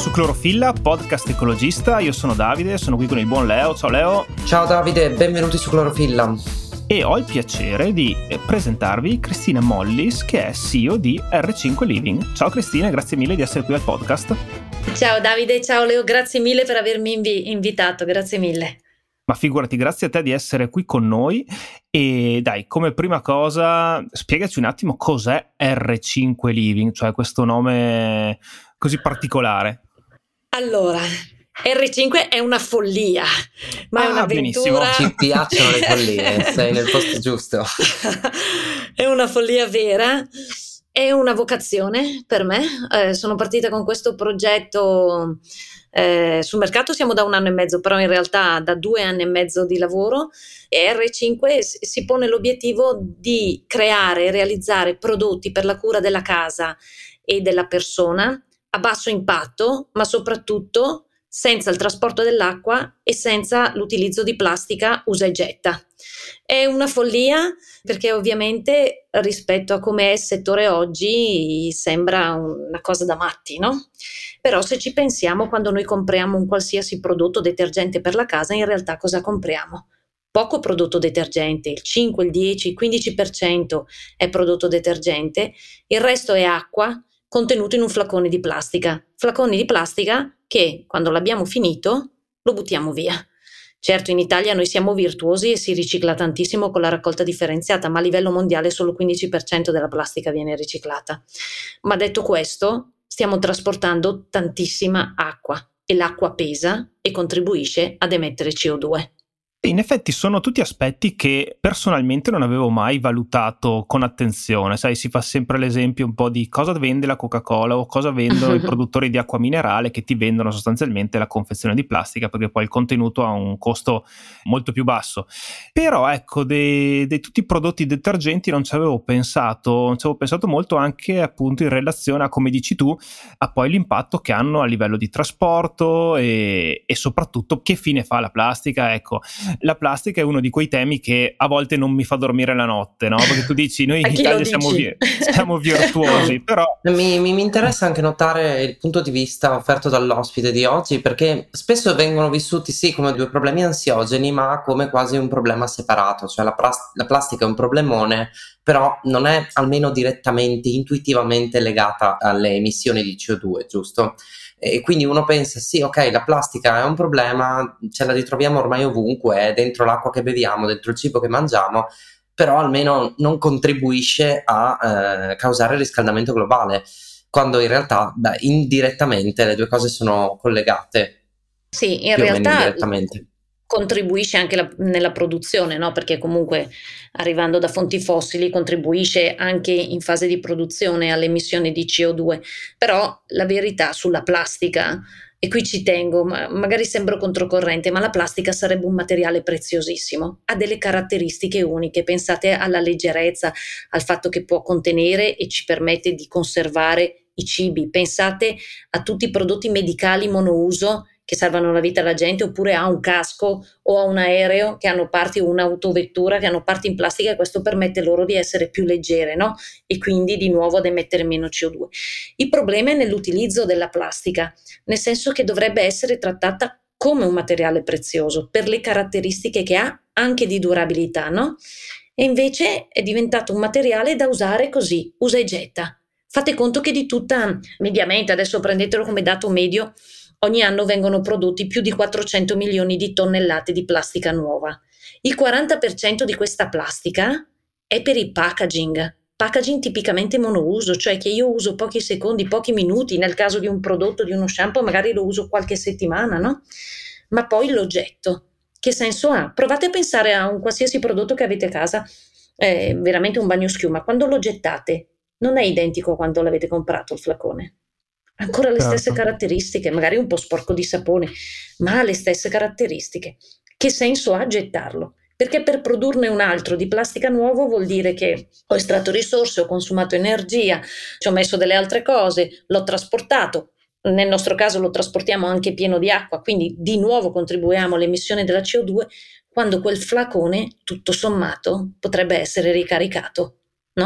su Clorofilla, podcast ecologista. Io sono Davide, sono qui con il buon Leo. Ciao Leo. Ciao Davide, benvenuti su Clorofilla. E ho il piacere di presentarvi Cristina Mollis, che è CEO di R5 Living. Ciao Cristina, grazie mille di essere qui al podcast. Ciao Davide, ciao Leo, grazie mille per avermi invitato, grazie mille. Ma figurati, grazie a te di essere qui con noi. E dai, come prima cosa, spiegaci un attimo cos'è R5 Living, cioè questo nome così particolare. Allora, R5 è una follia, ma è un'avventura. Benissimo. Ci piacciono le follie, sei nel posto giusto. È una follia vera, è una vocazione per me. Sono partita con questo progetto. Sul mercato siamo da 1 anno e mezzo, però in realtà da 2 anni e mezzo di lavoro, e R5 si pone l'obiettivo di creare e realizzare prodotti per la cura della casa e della persona a basso impatto, ma soprattutto senza il trasporto dell'acqua e senza l'utilizzo di plastica usa e getta. È una follia perché ovviamente rispetto a come è il settore oggi sembra una cosa da matti, no? Però se ci pensiamo, quando noi compriamo un qualsiasi prodotto detergente per la casa, in realtà cosa compriamo? Poco prodotto detergente, il 5, il 10, il 15% è prodotto detergente, il resto è acqua contenuto in un flacone di plastica. Flaconi di plastica che quando l'abbiamo finito lo buttiamo via. Certo, in Italia noi siamo virtuosi e si ricicla tantissimo con la raccolta differenziata, ma a livello mondiale solo il 15% della plastica viene riciclata. Ma detto questo, stiamo trasportando tantissima acqua e l'acqua pesa e contribuisce ad emettere CO2. In effetti sono tutti aspetti che personalmente non avevo mai valutato con attenzione. Sai, si fa sempre l'esempio un po' di cosa vende la Coca-Cola o cosa vendono i produttori di acqua minerale, che ti vendono sostanzialmente la confezione di plastica, perché poi il contenuto ha un costo molto più basso. Però ecco, dei tutti i prodotti detergenti non ci avevo pensato molto, anche appunto in relazione a, come dici tu, a poi l'impatto che hanno a livello di trasporto e soprattutto che fine fa la plastica. Ecco, la plastica è uno di quei temi che a volte non mi fa dormire la notte, no? Perché tu dici, noi in Italia siamo virtuosi, però... Mi interessa anche notare il punto di vista offerto dall'ospite di oggi, perché spesso vengono vissuti sì come 2 problemi ansiogeni, ma come quasi un problema separato. Cioè la plastica è un problemone, però non è almeno direttamente, intuitivamente legata alle emissioni di CO2, giusto? E quindi uno pensa, sì, ok, la plastica è un problema, ce la ritroviamo ormai ovunque, è dentro l'acqua che beviamo, dentro il cibo che mangiamo, però almeno non contribuisce a causare il riscaldamento globale, quando in realtà, indirettamente le 2 cose sono collegate. Sì, in realtà contribuisce anche nella produzione, no? Perché comunque arrivando da fonti fossili contribuisce anche in fase di produzione alle emissioni di CO2. Però la verità sulla plastica, e qui ci tengo, magari sembro controcorrente, ma la plastica sarebbe un materiale preziosissimo, ha delle caratteristiche uniche. Pensate alla leggerezza, al fatto che può contenere e ci permette di conservare i cibi. Pensate a tutti i prodotti medicali monouso che salvano la vita alla gente, oppure a un casco o a un aereo che hanno parti, o un'autovettura che hanno parti in plastica, e questo permette loro di essere più leggere, no? E quindi di nuovo ad emettere meno CO2. Il problema è nell'utilizzo della plastica, nel senso che dovrebbe essere trattata come un materiale prezioso per le caratteristiche che ha, anche di durabilità, no? E invece è diventato un materiale da usare così, usa e getta. Fate conto che di tutta, mediamente, adesso prendetelo come dato medio, ogni anno vengono prodotti più di 400 milioni di tonnellate di plastica nuova. Il 40% di questa plastica è per il packaging tipicamente monouso, cioè che io uso pochi secondi, pochi minuti, nel caso di un prodotto, di uno shampoo, magari lo uso qualche settimana, no? Ma poi l'oggetto, che senso ha? Provate a pensare a un qualsiasi prodotto che avete a casa, veramente un bagnoschiuma, quando lo gettate, non è identico a quando l'avete comprato il flacone. Ancora le stesse caratteristiche, magari un po' sporco di sapone, ma ha le stesse caratteristiche. Che senso ha gettarlo? Perché per produrne un altro di plastica nuovo vuol dire che ho estratto risorse, ho consumato energia, ci ho messo delle altre cose, l'ho trasportato. Nel nostro caso lo trasportiamo anche pieno di acqua, quindi di nuovo contribuiamo all'emissione della CO2, quando quel flacone, tutto sommato, potrebbe essere ricaricato, no?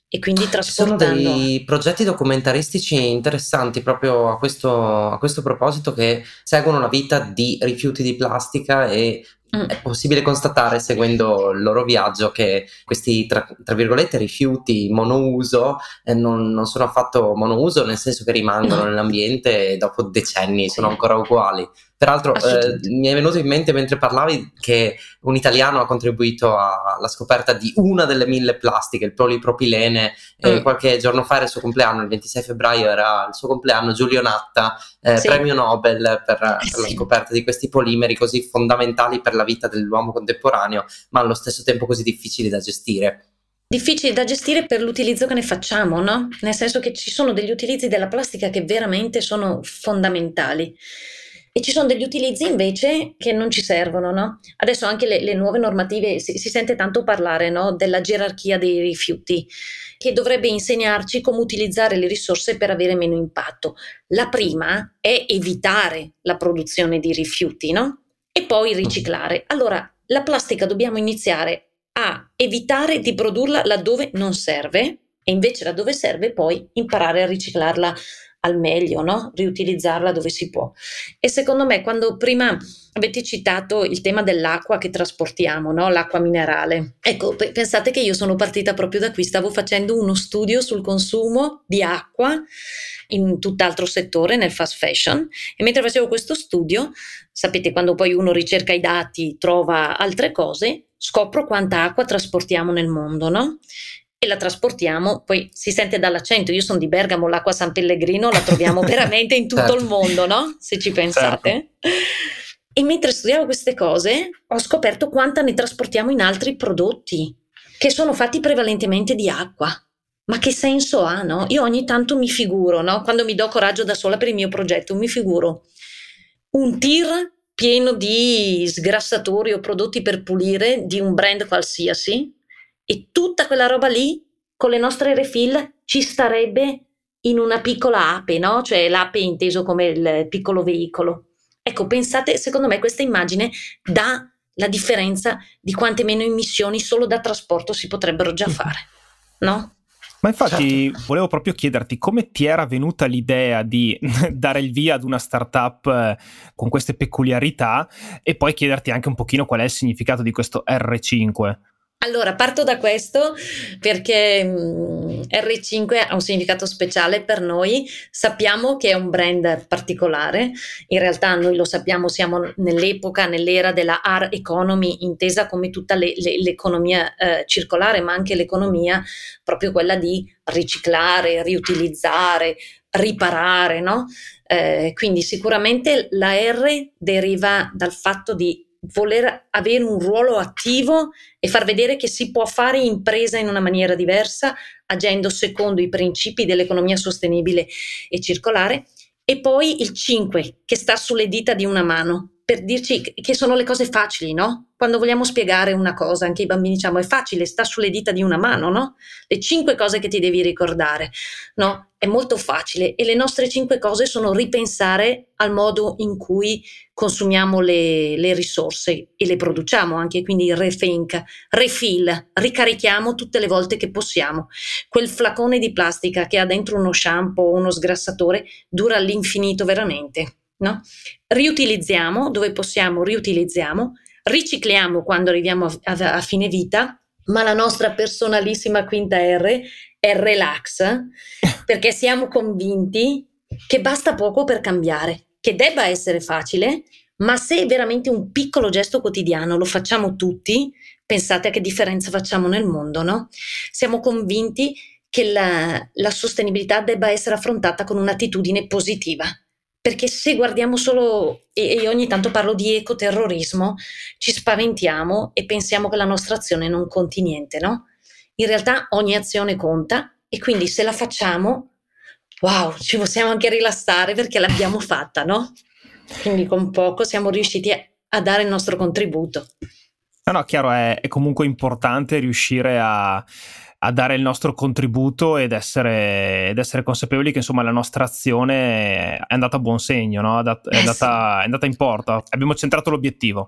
e quindi Ci sono trasportando. dei progetti documentaristici interessanti proprio a questo proposito, che seguono la vita di rifiuti di plastica, e è possibile constatare, seguendo il loro viaggio, che questi tra virgolette rifiuti monouso non sono affatto monouso, nel senso che rimangono No, nell'ambiente e dopo decenni sono sì, ancora uguali. Peraltro assolutamente. mi è venuto in mente mentre parlavi che un italiano ha contribuito alla scoperta di una delle 1000 plastiche, il polipropilene. Mm, Qualche giorno fa era il suo compleanno, il 26 febbraio era il suo compleanno. Giulio Natta, sì, premio Nobel per la sì. scoperta di questi polimeri così fondamentali per la vita dell'uomo contemporaneo, ma allo stesso tempo così difficili da gestire. Difficili da gestire per l'utilizzo che ne facciamo, no? Nel senso che ci sono degli utilizzi della plastica che veramente sono fondamentali e ci sono degli utilizzi invece che non ci servono, no? Adesso anche le nuove normative, si sente tanto parlare, no? Della gerarchia dei rifiuti, che dovrebbe insegnarci come utilizzare le risorse per avere meno impatto. La prima è evitare la produzione di rifiuti, no? E poi riciclare. Allora, la plastica dobbiamo iniziare a evitare di produrla laddove non serve e invece laddove serve poi imparare a riciclarla al meglio, no? Riutilizzarla dove si può. E secondo me, quando prima avete citato il tema dell'acqua che trasportiamo, no? L'acqua minerale. Ecco, pensate che io sono partita proprio da qui, stavo facendo uno studio sul consumo di acqua in tutt'altro settore, nel fast fashion, e mentre facevo questo studio, sapete, quando poi uno ricerca i dati, trova altre cose, scopro quanta acqua trasportiamo nel mondo, no? E la trasportiamo, poi si sente dall'accento, io sono di Bergamo, l'acqua San Pellegrino la troviamo veramente in tutto il Certo. mondo, no? Se ci Certo. pensate. E mentre studiavo queste cose ho scoperto quanta ne trasportiamo in altri prodotti, che sono fatti prevalentemente di acqua. Ma che senso ha, no? Io ogni tanto mi figuro, no? Quando mi do coraggio da sola per il mio progetto, mi figuro un tir pieno di sgrassatori o prodotti per pulire di un brand qualsiasi, e tutta quella roba lì con le nostre refill ci starebbe in una piccola ape, no? Cioè l'ape inteso come il piccolo veicolo. Ecco, pensate, secondo me questa immagine dà la differenza di quante meno emissioni solo da trasporto si potrebbero già fare, no? Ma infatti Certo. volevo proprio chiederti come ti era venuta l'idea di dare il via ad una startup con queste peculiarità, e poi chiederti anche un pochino qual è il significato di questo R5. Allora, parto da questo perché R5 ha un significato speciale per noi. Sappiamo che è un brand particolare. In realtà noi lo sappiamo, siamo nell'era della R economy, intesa come tutta l'economia circolare, ma anche l'economia proprio quella di riciclare, riutilizzare, riparare, no? Quindi sicuramente la R deriva dal fatto di voler avere un ruolo attivo e far vedere che si può fare impresa in una maniera diversa, agendo secondo i principi dell'economia sostenibile e circolare. E poi il 5, che sta sulle dita di una mano, per dirci che sono le cose facili, no? Quando vogliamo spiegare una cosa, anche ai bambini diciamo è facile, sta sulle dita di una mano, no? Le 5 cose che ti devi ricordare, no? È molto facile, e le nostre 5 cose sono ripensare al modo in cui consumiamo le risorse e le produciamo anche, quindi rethink, refill, ricarichiamo tutte le volte che possiamo. Quel flacone di plastica che ha dentro uno shampoo o uno sgrassatore dura all'infinito veramente, no? Riutilizziamo dove possiamo, riutilizziamo, ricicliamo quando arriviamo a fine vita, ma la nostra personalissima quinta R è relax, perché siamo convinti che basta poco per cambiare, che debba essere facile, ma se veramente un piccolo gesto quotidiano lo facciamo tutti, pensate a che differenza facciamo nel mondo, no? Siamo convinti che la sostenibilità debba essere affrontata con un'attitudine positiva, perché se guardiamo solo, e ogni tanto parlo di ecoterrorismo, ci spaventiamo e pensiamo che la nostra azione non conti niente, no? In realtà ogni azione conta, e quindi se la facciamo, wow, ci possiamo anche rilassare perché l'abbiamo fatta, no? Quindi con poco siamo riusciti a dare il nostro contributo. No, chiaro, è comunque importante riuscire a dare il nostro contributo ed essere consapevoli che insomma la nostra azione è andata a buon segno, no? È Sì. andata in porto, abbiamo centrato l'obiettivo.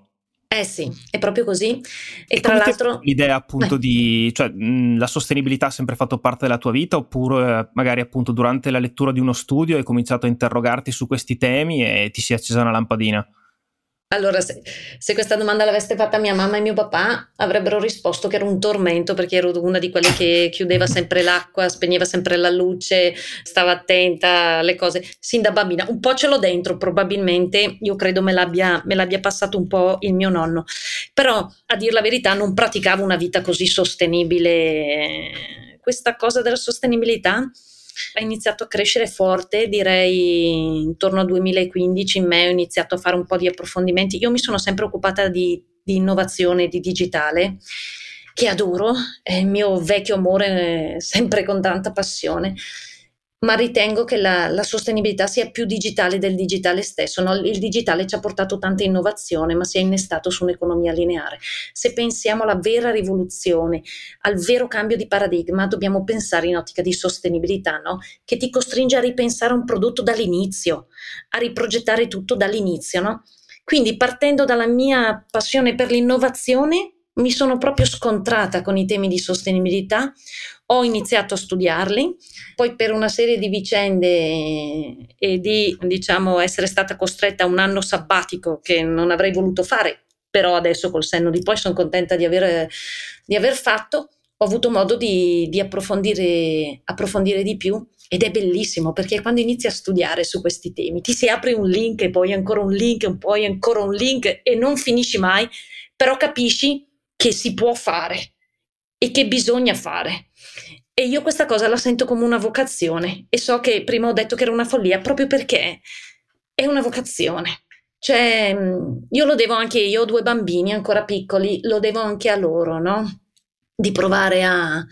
Eh sì, è proprio così. E tra come l'altro l'idea appunto cioè la sostenibilità ha sempre fatto parte della tua vita, oppure magari appunto durante la lettura di uno studio hai cominciato a interrogarti su questi temi e ti si è accesa una lampadina? Allora, se questa domanda l'aveste fatta mia mamma e mio papà, avrebbero risposto che era un tormento perché ero una di quelle che chiudeva sempre l'acqua, spegneva sempre la luce, stava attenta alle cose, sin da bambina. Un po' ce l'ho dentro, probabilmente, io credo me l'abbia passato un po' il mio nonno. Però, a dir la verità, non praticavo una vita così sostenibile. Questa cosa della sostenibilità ha iniziato a crescere forte, direi intorno al 2015 in me ho iniziato a fare un po' di approfondimenti. Io mi sono sempre occupata di innovazione, di digitale, che adoro, è il mio vecchio amore, sempre con tanta passione, ma ritengo che la sostenibilità sia più digitale del digitale stesso, no? Il digitale ci ha portato tanta innovazione, ma si è innestato su un'economia lineare. Se pensiamo alla vera rivoluzione, al vero cambio di paradigma, dobbiamo pensare in ottica di sostenibilità, no? Che ti costringe a ripensare un prodotto dall'inizio, a riprogettare tutto dall'inizio, no? Quindi partendo dalla mia passione per l'innovazione, mi sono proprio scontrata con i temi di sostenibilità, ho iniziato a studiarli, poi per una serie di vicende e di, diciamo, essere stata costretta a un anno sabbatico che non avrei voluto fare, però adesso col senno di poi sono contenta di aver fatto, ho avuto modo di approfondire di più ed è bellissimo perché quando inizi a studiare su questi temi ti si apre un link e poi ancora un link e poi ancora un link e non finisci mai, però capisci che si può fare e che bisogna fare. E io questa cosa la sento come una vocazione e so che prima ho detto che era una follia proprio perché è una vocazione. Cioè, io lo devo anche, io ho 2 bambini ancora piccoli, lo devo anche a loro, no? Di provare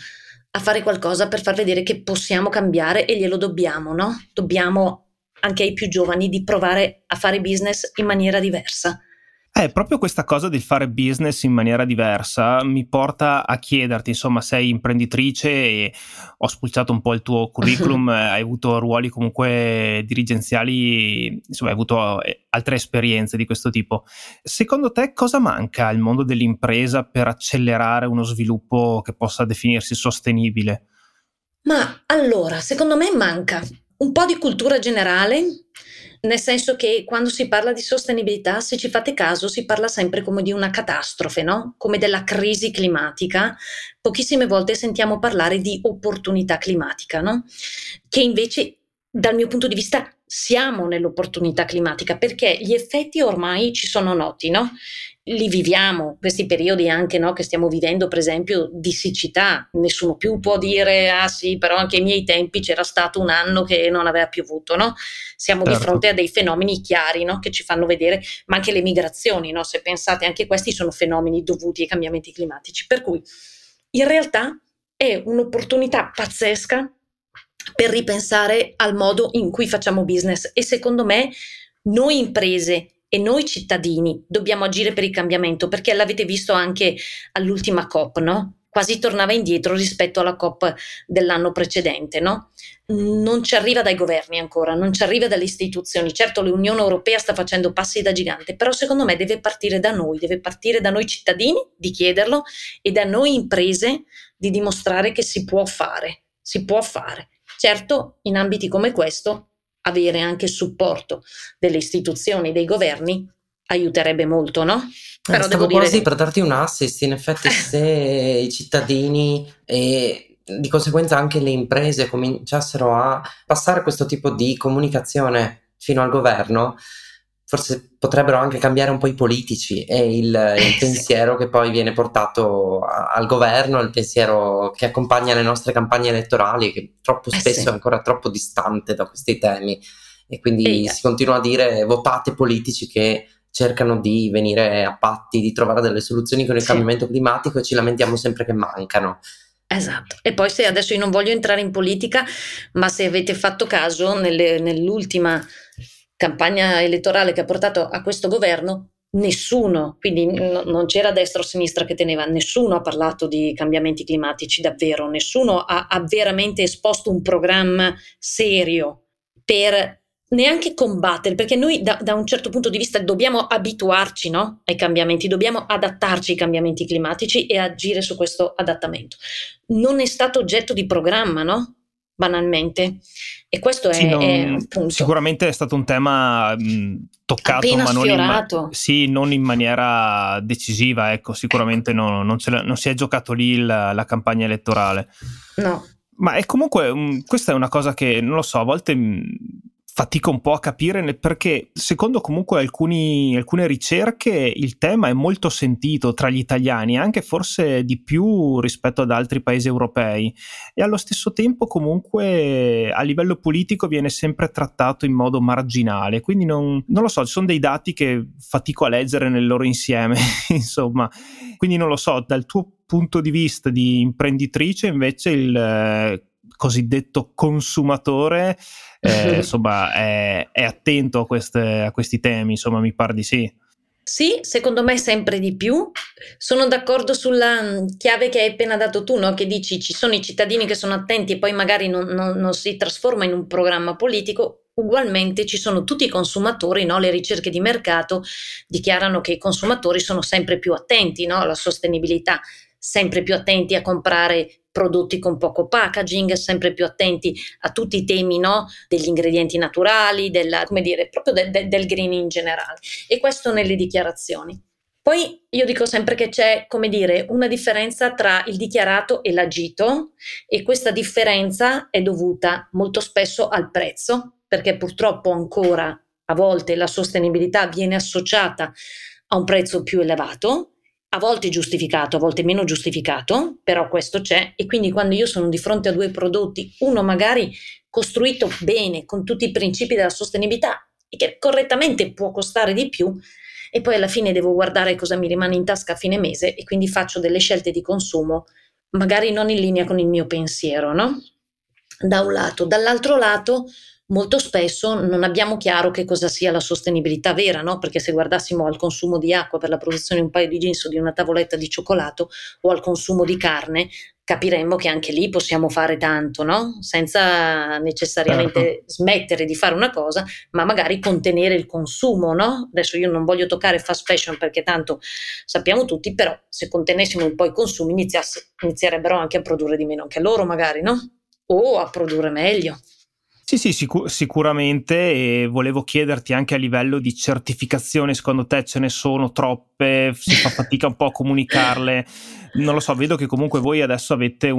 a fare qualcosa per far vedere che possiamo cambiare e glielo dobbiamo, no? Dobbiamo anche ai più giovani di provare a fare business in maniera diversa. Proprio questa cosa del fare business in maniera diversa mi porta a chiederti, insomma, sei imprenditrice e ho spulciato un po' il tuo curriculum, hai avuto ruoli comunque dirigenziali, insomma, hai avuto altre esperienze di questo tipo. Secondo te cosa manca al mondo dell'impresa per accelerare uno sviluppo che possa definirsi sostenibile? Ma allora, secondo me manca un po' di cultura generale, nel senso che quando si parla di sostenibilità, se ci fate caso, si parla sempre come di una catastrofe, no? Come della crisi climatica. Pochissime volte sentiamo parlare di opportunità climatica, no? Che invece, dal mio punto di vista, siamo nell'opportunità climatica perché gli effetti ormai ci sono noti, no? Li viviamo, questi periodi anche, no, che stiamo vivendo, per esempio, di siccità. Nessuno più può dire, ah sì, però anche ai miei tempi c'era stato un anno che non aveva piovuto, no? Siamo di fronte a dei fenomeni chiari, no, che ci fanno vedere, ma anche le migrazioni, no? Se pensate, anche questi sono fenomeni dovuti ai cambiamenti climatici. Per cui, in realtà, è un'opportunità pazzesca per ripensare al modo in cui facciamo business e secondo me noi imprese e noi cittadini dobbiamo agire per il cambiamento perché l'avete visto anche all'ultima COP, no? Quasi tornava indietro rispetto alla COP dell'anno precedente, no? Non ci arriva dai governi ancora, non ci arriva dalle istituzioni. Certo, l'Unione Europea sta facendo passi da gigante, però secondo me deve partire da noi cittadini di chiederlo e da noi imprese di dimostrare che si può fare, si può fare. Certo, in ambiti come questo avere anche il supporto delle istituzioni, dei governi, aiuterebbe molto, no? Però stavo quasi per darti un assist, in effetti se i cittadini e di conseguenza anche le imprese cominciassero a passare questo tipo di comunicazione fino al governo, forse potrebbero anche cambiare un po' i politici e il pensiero che poi viene portato al governo, il pensiero che accompagna le nostre campagne elettorali, che troppo spesso è ancora troppo distante da questi temi e quindi si continua a dire votate politici che cercano di venire a patti, di trovare delle soluzioni con il cambiamento climatico e ci lamentiamo sempre che mancano. Esatto, e poi se adesso io non voglio entrare in politica, ma se avete fatto caso nell'ultima campagna elettorale che ha portato a questo governo, nessuno, quindi non c'era destra o sinistra che teneva, nessuno ha parlato di cambiamenti climatici davvero, nessuno ha veramente esposto un programma serio per neanche combattere, perché noi da un certo punto di vista dobbiamo abituarci, no, ai cambiamenti, dobbiamo adattarci ai cambiamenti climatici e agire su questo adattamento. Non è stato oggetto di programma, no? Banalmente. E questo Sì, è appunto sicuramente è stato un tema toccato, appena ma sfiorato. non in maniera decisiva, ecco, sicuramente Ecco. non si è giocato lì la campagna elettorale. No. Ma è comunque, questa è una cosa che, non lo so, a volte fatico un po' a capire, perché secondo comunque alcune ricerche il tema è molto sentito tra gli italiani, anche forse di più rispetto ad altri paesi europei, e allo stesso tempo comunque a livello politico viene sempre trattato in modo marginale, quindi non lo so, ci sono dei dati che fatico a leggere nel loro insieme, insomma, quindi non lo so, dal tuo punto di vista di imprenditrice invece il cosiddetto consumatore insomma è attento a questi temi, insomma mi par di sì. Sì, secondo me sempre di più. Sono d'accordo sulla chiave che hai appena dato tu, no? Che dici ci sono i cittadini che sono attenti e poi magari non si trasforma in un programma politico. Ugualmente ci sono tutti i consumatori, no? Le ricerche di mercato dichiarano che i consumatori sono sempre più attenti, no? Alla sostenibilità, sempre più attenti a comprare prodotti con poco packaging, sempre più attenti a tutti i temi, no? Degli ingredienti naturali, come dire, proprio del green in generale. E questo nelle dichiarazioni. Poi io dico sempre che c'è, come dire, una differenza tra il dichiarato e l'agito, e questa differenza è dovuta molto spesso al prezzo, perché purtroppo ancora a volte la sostenibilità viene associata a un prezzo più elevato, a volte giustificato, a volte meno giustificato, però questo c'è, e quindi quando io sono di fronte a due prodotti, uno magari costruito bene con tutti i principi della sostenibilità e che correttamente può costare di più, e poi alla fine devo guardare cosa mi rimane in tasca a fine mese e quindi faccio delle scelte di consumo magari non in linea con il mio pensiero, no? Da un lato. Dall'altro lato molto spesso non abbiamo chiaro che cosa sia la sostenibilità vera, no? Perché se guardassimo al consumo di acqua per la produzione di un paio di jeans o di una tavoletta di cioccolato, o al consumo di carne, capiremmo che anche lì possiamo fare tanto, no? Senza necessariamente smettere di fare una cosa, ma magari contenere il consumo, no? Adesso io non voglio toccare fast fashion perché tanto sappiamo tutti, però se contenessimo un po' i consumi inizierebbero anche a produrre di meno anche loro magari, no? O a produrre meglio. Sì, sicuramente, e volevo chiederti anche a livello di certificazione, secondo te ce ne sono troppe? Si fa fatica un po' a comunicarle? Non lo so, vedo che comunque voi adesso avete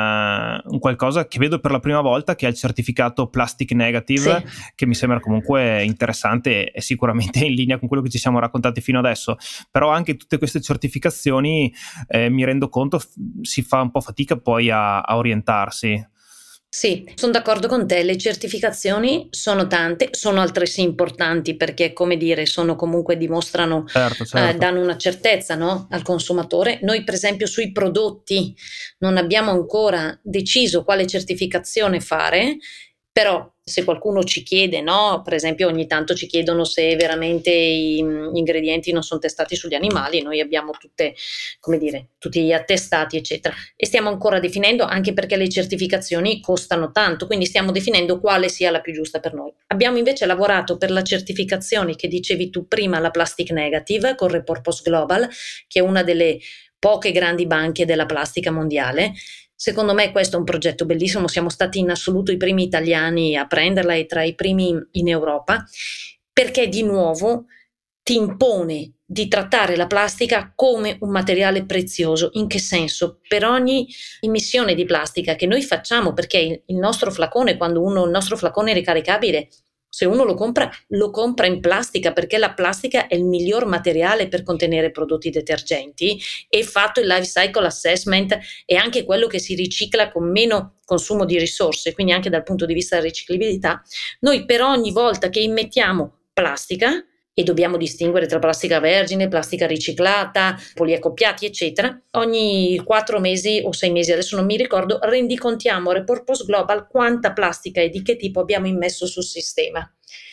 un qualcosa che vedo per la prima volta, che è il certificato Plastic Negative, Sì. che mi sembra comunque interessante e sicuramente in linea con quello che ci siamo raccontati fino adesso, però anche tutte queste certificazioni mi rendo conto si fa un po' fatica poi a orientarsi. Sì, sono d'accordo con te, le certificazioni sono tante, sono altresì importanti perché, come dire, sono comunque dimostrano, Certo. danno una certezza, no, al consumatore. Noi, per esempio, sui prodotti non abbiamo ancora deciso quale certificazione fare, però se qualcuno ci chiede, no, per esempio ogni tanto ci chiedono se veramente gli ingredienti non sono testati sugli animali, noi abbiamo tutte, come dire, tutti gli attestati, eccetera, e stiamo ancora definendo, anche perché le certificazioni costano tanto, quindi stiamo definendo quale sia la più giusta per noi. Abbiamo invece lavorato per la certificazione che dicevi tu prima, la Plastic Negative con Repurpose Global, che è una delle poche grandi banche della plastica mondiale. Secondo me questo è un progetto bellissimo, siamo stati in assoluto i primi italiani a prenderla e tra i primi in Europa, perché di nuovo ti impone di trattare la plastica come un materiale prezioso. In che senso? Per ogni emissione di plastica che noi facciamo, perché il nostro flacone, il nostro flacone è ricaricabile, se uno lo compra in plastica, perché la plastica è il miglior materiale per contenere prodotti detergenti, e fatto il life cycle assessment è anche quello che si ricicla con meno consumo di risorse, quindi anche dal punto di vista della riciclabilità. Noi per ogni volta che immettiamo plastica, e dobbiamo distinguere tra plastica vergine, plastica riciclata, poliaccoppiati, eccetera, ogni 4 mesi o 6 mesi, adesso non mi ricordo, rendicontiamo a Repurpose Global quanta plastica e di che tipo abbiamo immesso sul sistema.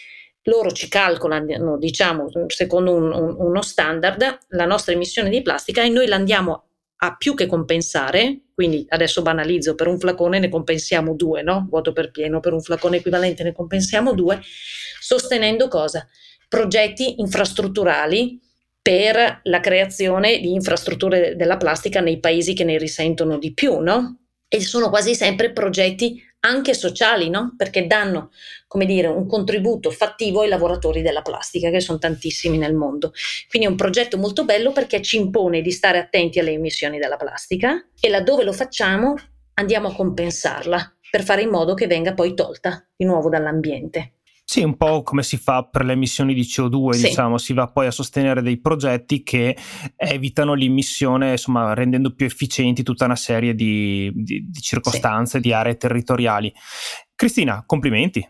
Loro ci calcolano, diciamo, secondo uno standard, la nostra emissione di plastica, e noi la andiamo a più che compensare, quindi adesso banalizzo, per un flacone ne compensiamo 2, no? Vuoto per pieno, per un flacone equivalente ne compensiamo 2, sostenendo cosa? Progetti infrastrutturali per la creazione di infrastrutture della plastica nei paesi che ne risentono di più, no? E sono quasi sempre progetti anche sociali, no? Perché danno, come dire, un contributo fattivo ai lavoratori della plastica, che sono tantissimi nel mondo. Quindi è un progetto molto bello perché ci impone di stare attenti alle emissioni della plastica e laddove lo facciamo andiamo a compensarla per fare in modo che venga poi tolta di nuovo dall'ambiente. Sì, un po' come si fa per le emissioni di CO2, sì. Diciamo, si va poi a sostenere dei progetti che evitano l'immissione, insomma, rendendo più efficienti tutta una serie di circostanze, sì, di aree territoriali. Cristina, complimenti.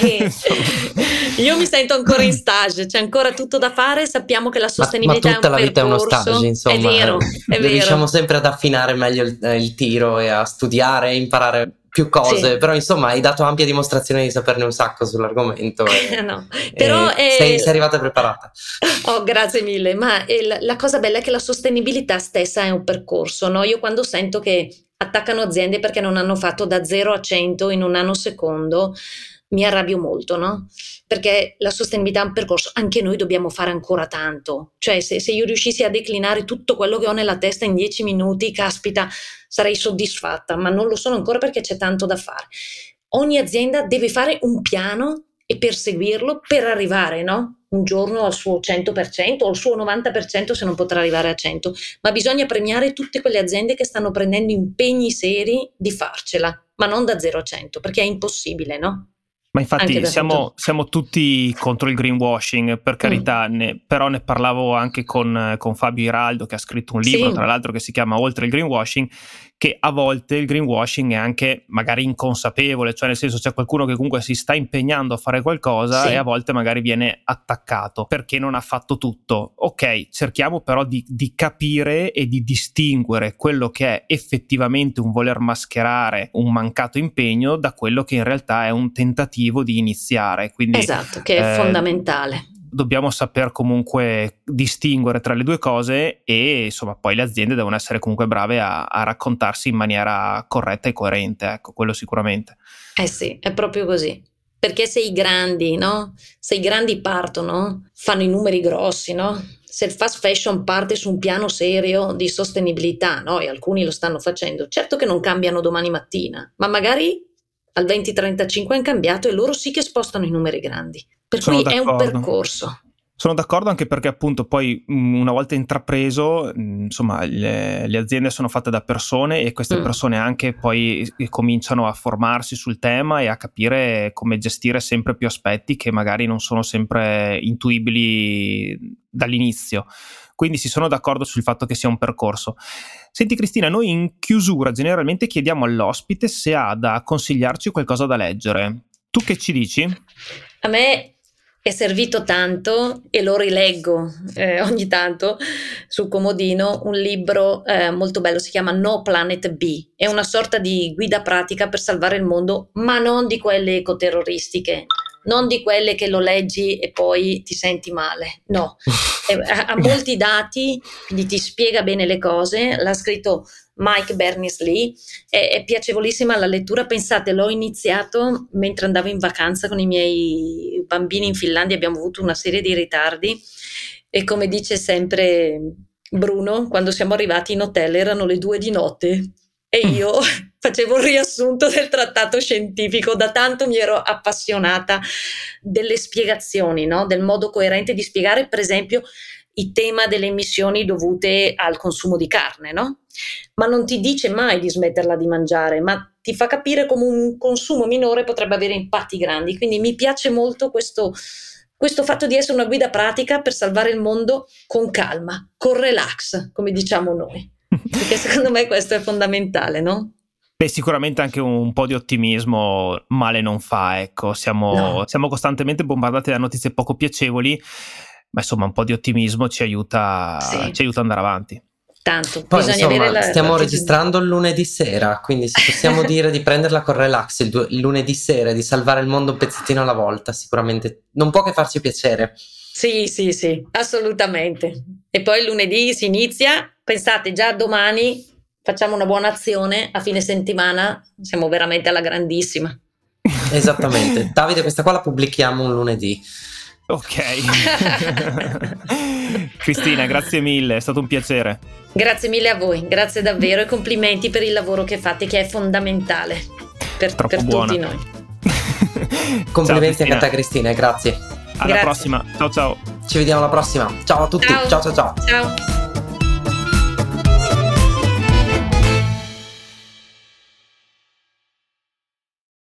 Io mi sento ancora in stage, c'è ancora tutto da fare, sappiamo che la sostenibilità ma tutta la vita è uno stage, insomma. È vero. Riusciamo sempre ad affinare meglio il tiro e a studiare e imparare più cose, sì. Però insomma hai dato ampia dimostrazione di saperne un sacco sull'argomento no, però sei arrivata preparata. Oh, grazie mille, ma la cosa bella è che la sostenibilità stessa è un percorso, no? Io quando sento che attaccano aziende perché non hanno fatto da 0 a 100 in un nanosecondo mi arrabbio molto, no? Perché la sostenibilità è un percorso, anche noi dobbiamo fare ancora tanto, cioè se io riuscissi a declinare tutto quello che ho nella testa in 10 minuti, caspita, sarei soddisfatta, ma non lo sono ancora perché c'è tanto da fare. Ogni azienda deve fare un piano e perseguirlo per arrivare, no? Un giorno al suo 100% o al suo 90% se non potrà arrivare a 100%, ma bisogna premiare tutte quelle aziende che stanno prendendo impegni seri di farcela, ma non da 0 a 100, perché è impossibile, no? Ma infatti siamo tutti contro il greenwashing, per carità, però ne parlavo anche con Fabio Iraldo, che ha scritto un libro, sì, tra l'altro, che si chiama Oltre il greenwashing, che a volte il greenwashing è anche magari inconsapevole, cioè nel senso c'è qualcuno che comunque si sta impegnando a fare qualcosa, sì, e a volte magari viene attaccato perché non ha fatto tutto. Ok, cerchiamo però di capire e di distinguere quello che è effettivamente un voler mascherare un mancato impegno da quello che in realtà è un tentativo di iniziare. Quindi, esatto, che è fondamentale. Dobbiamo saper comunque distinguere tra le due cose e insomma poi le aziende devono essere comunque brave a raccontarsi in maniera corretta e coerente, ecco, quello sicuramente. Sì, è proprio così. Perché se i grandi, no? Se i grandi partono, fanno i numeri grossi, no? Se il fast fashion parte su un piano serio di sostenibilità, no? E alcuni lo stanno facendo, certo che non cambiano domani mattina, ma magari al 2035 hanno cambiato e loro sì che spostano i numeri grandi. Per cui è un percorso. Sono d'accordo, anche perché appunto poi una volta intrapreso, insomma, le aziende sono fatte da persone e queste persone anche poi cominciano a formarsi sul tema e a capire come gestire sempre più aspetti che magari non sono sempre intuibili dall'inizio. Quindi sì, sono d'accordo sul fatto che sia un percorso. Senti Cristina, noi in chiusura generalmente chiediamo all'ospite se ha da consigliarci qualcosa da leggere. Tu che ci dici? A me è servito tanto e lo rileggo ogni tanto sul comodino un libro molto bello, si chiama No Planet B, è una sorta di guida pratica per salvare il mondo, ma non di quelle ecoterroristiche, non di quelle che lo leggi e poi ti senti male, no, ha molti dati, quindi ti spiega bene le cose, l'ha scritto Mike Berners-Lee, è piacevolissima la lettura. Pensate, l'ho iniziato mentre andavo in vacanza con i miei bambini in Finlandia, abbiamo avuto una serie di ritardi e come dice sempre Bruno, quando siamo arrivati in hotel erano le 2 di notte e io facevo un riassunto del trattato scientifico, da tanto mi ero appassionata delle spiegazioni, no? Del modo coerente di spiegare per esempio il tema delle emissioni dovute al consumo di carne, no? Ma non ti dice mai di smetterla di mangiare, ma ti fa capire come un consumo minore potrebbe avere impatti grandi. Quindi mi piace molto questo fatto di essere una guida pratica per salvare il mondo con calma, con relax, come diciamo noi. Perché secondo me questo è fondamentale, no? Beh, sicuramente anche un po' di ottimismo male non fa, ecco. Siamo costantemente bombardati da notizie poco piacevoli, ma insomma un po' di ottimismo ci aiuta ad andare avanti. Tanto. Poi insomma stiamo registrando il lunedì sera, quindi se possiamo dire di prenderla con relax il lunedì sera, di salvare il mondo un pezzettino alla volta, sicuramente non può che farci piacere. Sì, assolutamente. E poi il lunedì si inizia pensate, già domani facciamo una buona azione, a fine settimana siamo veramente alla grandissima. Esattamente. Davide, questa qua la pubblichiamo un lunedì. Ok. Cristina, grazie mille, è stato un piacere. Grazie mille a voi, grazie davvero e complimenti per il lavoro che fate, che è fondamentale per tutti noi. Complimenti anche a te, Cristina, grazie. Alla prossima, ciao ciao. Ci vediamo alla prossima. Ciao a tutti. Ciao. Ciao.